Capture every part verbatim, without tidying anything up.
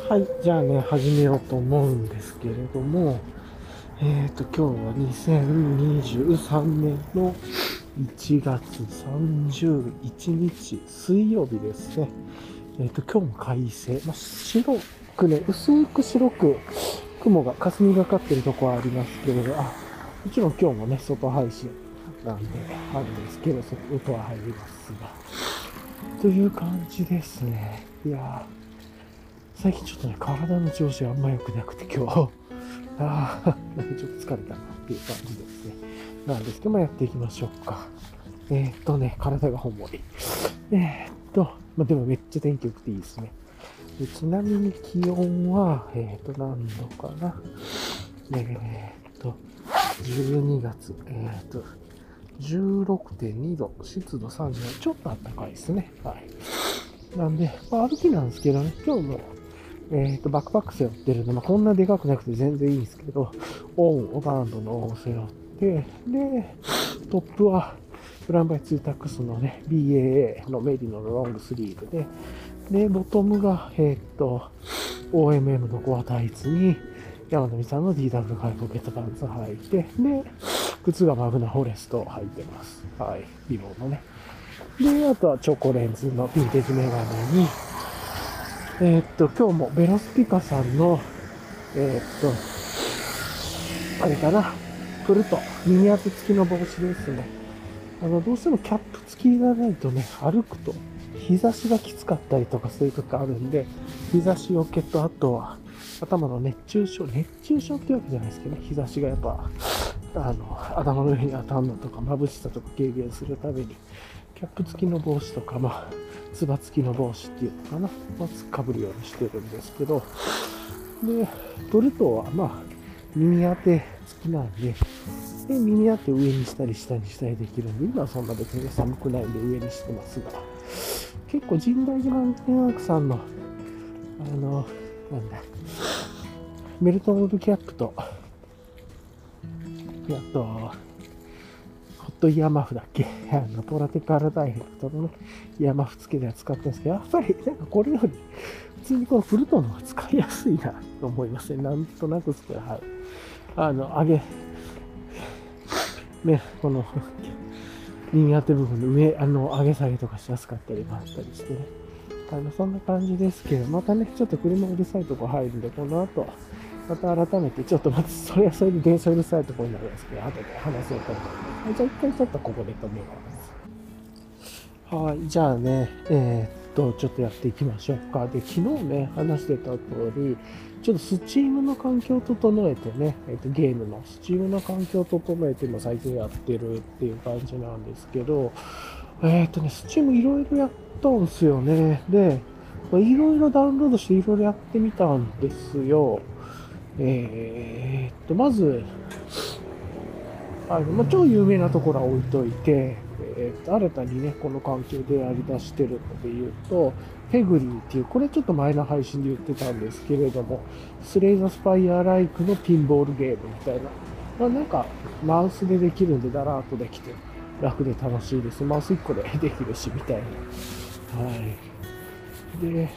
はい、じゃあね、始めようと思うんですけれども、えっと、今日はにせんにじゅうさんねんのいちがつさんじゅういちにち水曜日ですね。えっと、今日も快晴。まあ、白くね、薄く白く雲が、霞がかってるところはありますけれど、あ、もちろん今日もね、外配信なんで、あるんですけど、そ音は入りますが。という感じですね。いやー。最近ちょっとね、体の調子があんま良くなくて今日、ああ、なんかちょっと疲れたなっていう感じですね。なんですけども、やっていきましょうか。えー、っとね、体が重い。えー、っと、まあ、でもめっちゃ天気良くていいですね。でちなみに気温は、えー、っと、何度かな。えー、っと、じゅうにがつ、えー、っと、じゅうろくてんにど、湿度さんじゅうど、ちょっと暖かいですね。はい。なんで、まあ、歩きなんですけどね、今日も、えっと、バックパック背負ってるの、まあ、こんなでかくなくて全然いいんですけど、オン、オバンドのオンを背負って、で、トップは、ブランバイツータックスのね、ビーエーエー のメリノのロングスリーブで、で、ボトムが、えっと、オーエムエム のコアタイツに、山並さんの ディーダブリュー ハイポケットパンツ履いて、で、靴がマグナフォレストを履いてます。はい、リボンのね。で、あとはチョコレンズのヴィンテージメガネに、えー、っと、今日もベロスピカさんの、えー、っと、あれかな、フルト、ミニアプ付きの帽子ですね。あの、どうしてもキャップ付きがないとね、歩くと日差しがきつかったりとかそういう時あるんで、日差しよけと、あとは頭の熱中症、熱中症ってわけじゃないですけどね、日差しがやっぱ、あの、頭の上に当たるのとか、眩しさとか軽減するために、キャップ付きの帽子とか、まあ、つば付きの帽子っていうのかな、まあ、かぶるようにしてるんですけど、で、ブルトは、まあ、耳当て付きなんで、で、耳当て上にしたり下にしたりできるんで、今はそんな別に寒くないんで上にしてますが、結構神代島天ワークさんの、あの、なんだ、メルトオールキャップと、あと、ホットイヤーマフだっけ、あの、ポラテカルダイレクトの、ね、イヤーマフ付けで使ってるんですけど、やっぱりなんかこれより、普通にこのフルトの方が使いやすいなと思いますね。なんとなくですけど、はい。あの、上げ、ね、この、耳当て部分の上、あの、上げ下げとかしやすかったりもあったりしてね。あの、そんな感じですけど、またね、ちょっと車うるさいとこ入るんで、この後、また改めて、ちょっとまず、それはそれで電車うるさいところになるんですけど、後で話そうと思います。じゃあ一回ちょっとここで止めます。はい、じゃあね、えー、っと、ちょっとやっていきましょうか。で、昨日ね、話してた通り、ちょっとスチームの環境を整えてね、えー、っと、ゲームのスチームの環境を整えて今最近やってるっていう感じなんですけど、えー、っとね、スチームいろいろやったんですよね。で、いろいろダウンロードしていろいろやってみたんですよ。えー、っと、まず、あの、まあ、超有名なところは置いといて、えー、と新たにね、この環境でやり出してるので言うと、ペグリーっていう、これちょっと前の配信で言ってたんですけれども、スレイザースパイアライクのピンボールゲームみたいな。まあなんか、マウスでできるんで、だらーっとできて、楽で楽しいです。マウスいっこでできるし、みたいな。はい。で、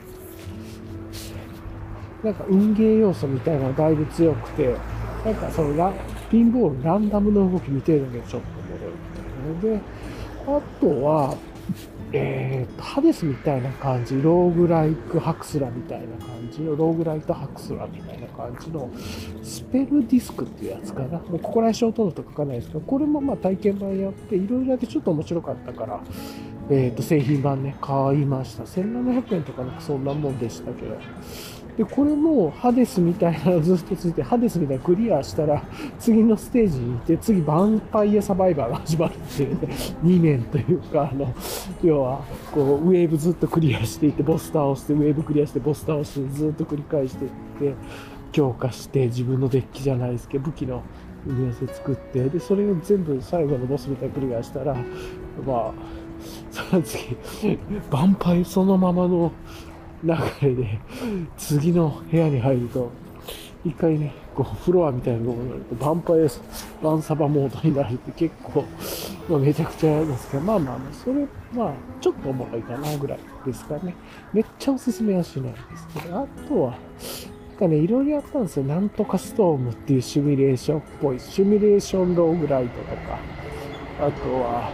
なんか運ゲー要素みたいなのがだいぶ強くて、なんかそのラピンボール、ランダムの動き見てるのでちょっと戻るみたいなので、あとは、えーと、ハデスみたいな感じ、ローグライクハクスラみたいな感じの、ローグライトハクスラみたいな感じの、スペルディスクっていうやつかな。もうここら辺ショートノート書かないですけど、これもまあ体験版やって、いろいろやってちょっと面白かったから、えーと、製品版ね、買いました。せんななひゃくえんとかなんかそんなもんでしたけど。で、これもハデスみたいなのずっとついて、ハデスみたいなクリアしたら、次のステージに行って、次、ヴァンパイアサバイバーが始まるっていうね、に面というか、あの、要は、こう、ウェーブずっとクリアしていって、ボス倒して、ウェーブクリアして、ボス倒して、ずっと繰り返していって、強化して、自分のデッキじゃないですけど、武器の組み合わせ作って、で、それを全部最後のボスみたいにクリアしたら、まあ、その次、ヴァンパイアそのままの、流れで、次の部屋に入ると、一回ね、こう、フロアみたいなところになると、ヴァンパイア、バンサバモードになるって結構、 まあ、めちゃくちゃですけど、まあまあまあ、それ、まあ、ちょっとおもろいかなぐらいですかね。めっちゃおすすめはしないですけど、あとは、なんかね、いろいろやったんですよ。なんとかストームっていうシミュレーションっぽい、シミュレーションローグライトとか、あとは、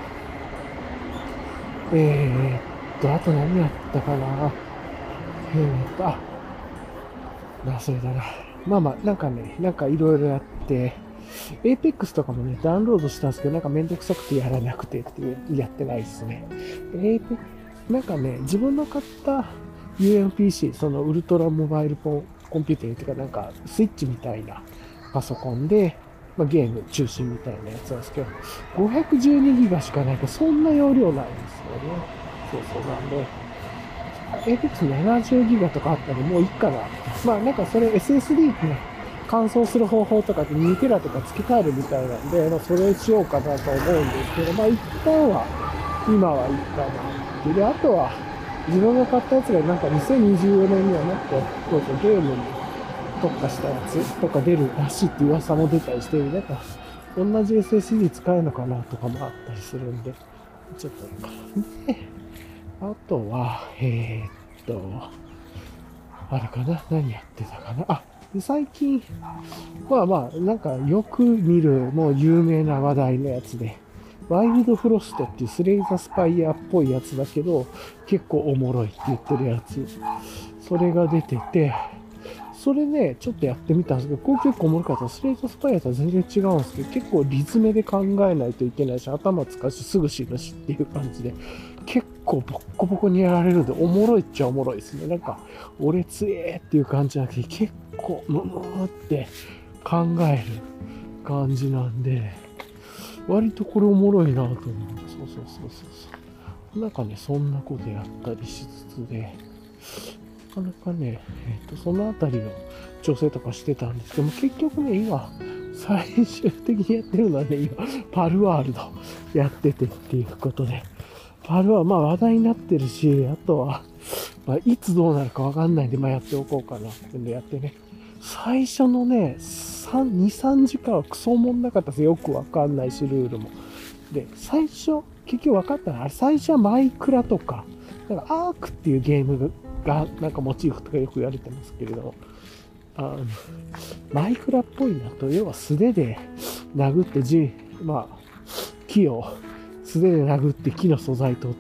えー、っと、あと何やったかな。えー、っと、あ、忘れたな。まあまあ、なんかね、なんかいろいろやって、エーペックス とかもね、ダウンロードしたんですけど、なんかめんどくさくてやらなくてっていう、やってないですね。エーペックス、なんかね、自分の買った ユーエムピーシー、そのウルトラモバイルコンピューターっていうか、なんかスイッチみたいなパソコンで、まあ、ゲーム中心みたいなやつなんですけど、ごひゃくじゅうにギガしかないから、そんな容量ないんですよね。そうそう、なんで、エーペックスななじゅうギガとかあったらもういいかな。まあなんかそれ エスエスディー ね、乾燥する方法とかでにテラとか付け替えるみたいなんで、まあそれしようかなと思うんですけど、まあ一旦は、今はいいかなっていう。で、あとは、自分が買ったやつがなんかにせんにじゅうよねんにはもっと、そうそうゲームに特化したやつとか出るらしいっていう噂も出たりしてる。なんか、同じ エスエスディー 使えるのかなとかもあったりするんで、ちょっといいかな。で、あとは、えー、っと、あれかな、何やってたかな。あ、で最近、まあまあ、なんかよく見る、もう有名な話題のやつで、ワイルドフロストっていうスレイザースパイアっぽいやつだけど、結構おもろいって言ってるやつ。それが出てて、それね、ちょっとやってみたんですけど、これ結構おもろかった。スレイザースパイアとは全然違うんですけど、結構リズムで考えないといけないし、頭使うし、すぐ死ぬしっていう感じで、結構ボッコボコにやられるんで、おもろいっちゃおもろいですね。なんか、俺強えっていう感じじゃなくて、結構、むむーって考える感じなんで、割とこれおもろいなと思う。そうそうそうそうそう。なんかね、そんなことやったりしつつで、なかなかね、えっと、そのあたりの調整とかしてたんですけども、結局ね、今、最終的にやってるのはね、今、パルワールドやっててっていうことで、パルはまあ話題になってるし、あとは、まあ、いつどうなるかわかんないんで、まあやっておこうかなってんでやってね。最初のね、に、さんじかんはクソもんなかったです。よくわかんないし、ルールも。で、最初、結局分かったのは、あれ最初はマイクラとか、なんかアークっていうゲームが、なんかモチーフとかよく言われてますけれども、あの、マイクラっぽいなと、要は素手で殴ってじ、まあ、木を素手で殴って木の素材取って、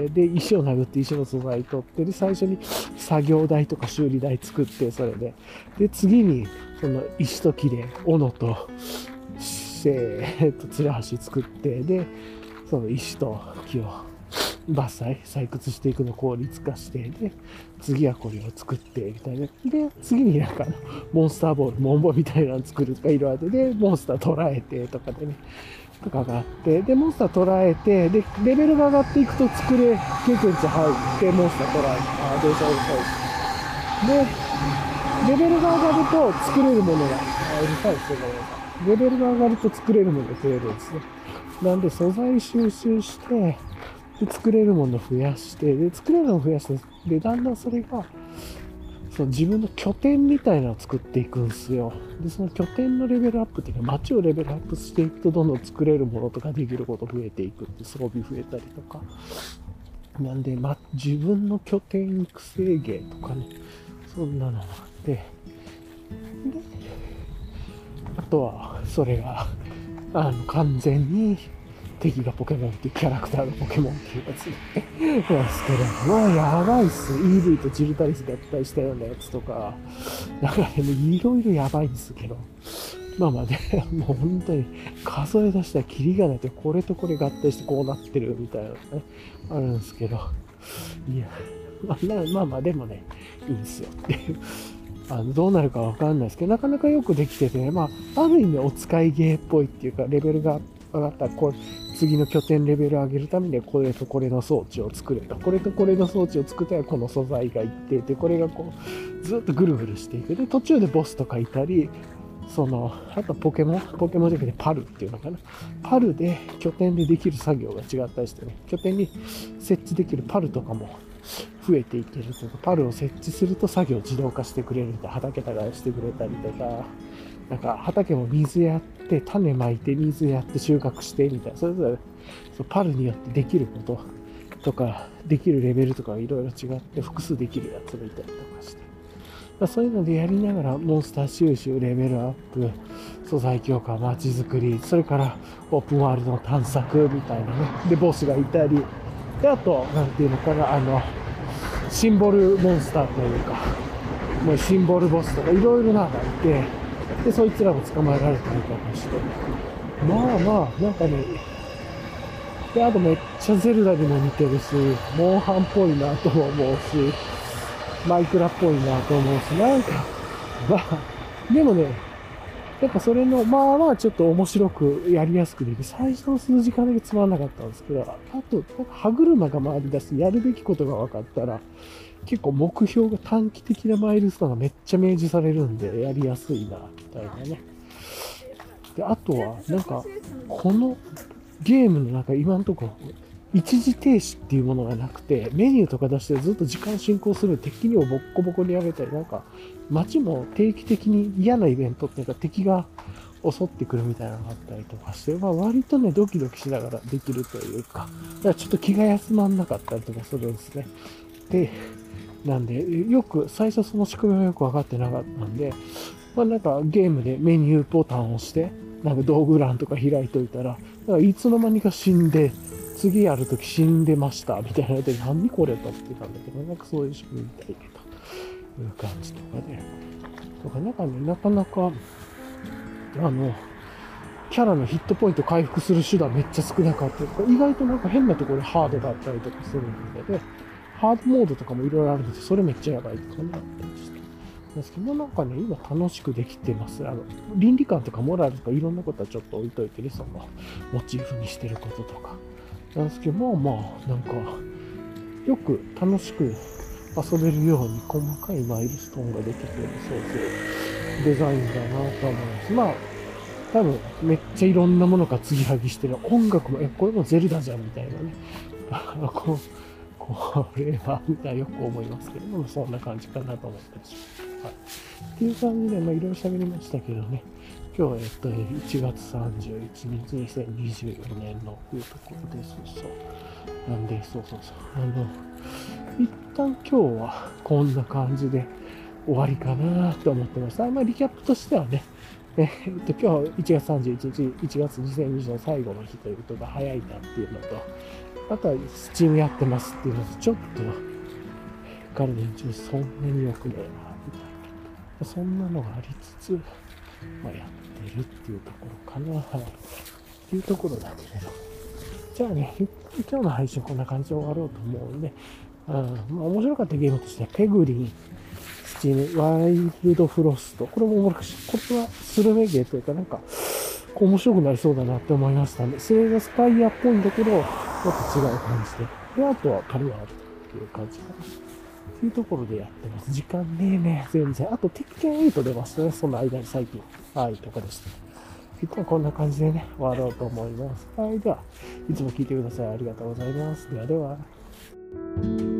で、石を殴って石の素材取って、で、最初に作業台とか修理台作って、それで、で、次に、その石と木で、斧と、えっと、つるはし作って、で、その石と木を伐採、採掘していくのを効率化して、で、次はこれを作って、みたいな。で、次になんかモンスターボール、モンボみたいなの作るとか色当てで、モンスター捉えてとかでね、とかがあって、で、モンスター捉えて、で、レベルが上がっていくと作れ、経験値入って、モンスター捉えて、あ、電車うるさい。で、レベルが上がると作れるものが、あ、うるさいですね、ごめんなさい。レベルが上がると作れるものが増えるんですね。なんで、素材収集して、で、作れるものを増やして、で、作れるものを増やして、で、だんだんそれが、その自分の拠点みたいなのを作っていくんですよ。で、その拠点のレベルアップっていうか、街をレベルアップしていくと、どんどん作れるものとかできること増えていくって、装備増えたりとか。なんで、ま、自分の拠点育成芸とかね、そんなのがあって、で、あとは、それが、あの、完全に、敵がポケモンっていうキャラクターのポケモンっていうやつなんですけど、まあやばいっす。イーブイ とジルタリスで合体したようなやつとか、なんかね、いろいろやばいんですけど、まあまあね、もう本当に数え出したらキリがないと、これとこれ合体してこうなってるみたいなのがね、あるんですけど、いや、まあまあまあでもね、いいんですよっていう。あのどうなるかわかんないですけど、なかなかよくできてて、まあ、ある意味お使いゲーっぽいっていうか、レベルが上がったら、こう、次の拠点レベル上げるためには、これとこれの装置を作れと。これとこれの装置を作ったら、この素材がいってで、これがこう、ずっとぐるぐるしていく。で、途中でボスとかいたり、その、あとポケモン、ポケモンじゃなくてパルっていうのかな。パルで拠点でできる作業が違ったりしてね、拠点に設置できるパルとかも増えていけるというか、パルを設置すると作業を自動化してくれるんで、畑耕してくれたりとか、 なんか畑も水やって、種まいて、水やって収穫してみたいな、それぞれそうパルによってできることとか、できるレベルとかいろいろ違って、複数できるやつもいたりとかして。まあ、そういうのでやりながら、モンスター収集、レベルアップ、素材強化、街づくり、それからオープンワールドの探索みたいなね。で、ボスがいたり、で、あと、なんていうのかな、あの、シンボルモンスターというか、もうシンボルボスとかいろいろなんかいて、で、そいつらも捕まえられたりとかして。まあまあ、なんかね、で、あとめっちゃゼルダにも似てるし、モンハンっぽいなとも思うし、マイクラっぽいなと思うし、なんか、まあ、でもね、やっぱそれの、まあまあちょっと面白くやりやすくできる。最初の数時間だけつまんなかったんですけど、あと、なんか歯車が回り出して、やるべきことが分かったら、結構目標が短期的なマイルストーンがめっちゃ明示されるんで、やりやすいな、みたいなね。で、あとは、なんか、このゲームの中、今のところ、一時停止っていうものがなくて、メニューとか出してずっと時間進行する敵をボッコボコに上げたり、なんか、街も定期的に嫌なイベントっていうか敵が襲ってくるみたいなのがあったりとかして、まあ割とね、ドキドキしながらできるというか、だからちょっと気が休まんなかったりとかするんですね。で、なんで、よく、最初その仕組みはよく分かってなかったんで、まあなんかゲームでメニューボタンを押して、なんか道具欄とか開いといたら、なんかいつの間にか死んで、次やるとき死んでました、みたいなので、何これと思ってたんだけど、なんかそういう仕組みみたいけど。いう感じとかで、とかなんかね、なかなか、あの、キャラのヒットポイント回復する手段めっちゃ少なかったりとか、意外となんか変なところでハードだったりとかするんで、で、ハードモードとかもいろいろあるので、それめっちゃやばいとかね、あったりして。ですけど、なんかね、今楽しくできてます。あの、倫理観とかモラルとかいろんなことはちょっと置いといてね、その、モチーフにしてることとか。なんですけど、まあまあ、なんか、よく楽しく遊べるように細かいマイルストーンができてる、そうするデザインだなと思います。まあ、多分めっちゃいろんなものが継ぎはぎしてる。音楽も、え、これもゼルダじゃんみたいなね。こうこれは、みたいなよく思いますけど、そんな感じかなと思ったりします。はい。っていう感じで、まあいろいろ喋りましたけどね。今日は、えっと、いちがつさんじゅういちにち、にせんにじゅうよねんのいうところです。そう。なんで、そうそうそう。あの、一旦今日はこんな感じで終わりかなと思ってました。まあ、リキャップとしてはね、えー、っと、今日いちがつさんじゅういちにち、いちがつにせんにじゅうの最後の日ということが早いなっていうのと、あとはスチームやってますっていうのと、ちょっと彼の一応そんなに良くねえな、みたいな。そんなのがありつつ、まあ、やってるっていうところかな、っていうところだけれど。じゃあね、今日の配信こんな感じで終わろうと思うんで、うん、まあ面白かったゲームとしては、ペグリン、スチーム、ワイルドフロスト。これも面白い。これはスルメゲーというか、なんか、面白くなりそうだなって思いましたんで、それがスパイアっぽいんだけど、ちょっと違う感じで。で、あとはカルアーっていう感じかな。っていうところでやってます。時間ねえね、全然。あと、鉄拳エイト出ましたね。その間に最近。はい、とかでした。今日はこんな感じでね、終わろうと思います。はい、では、いつも聞いてください。ありがとうございます。ではでは。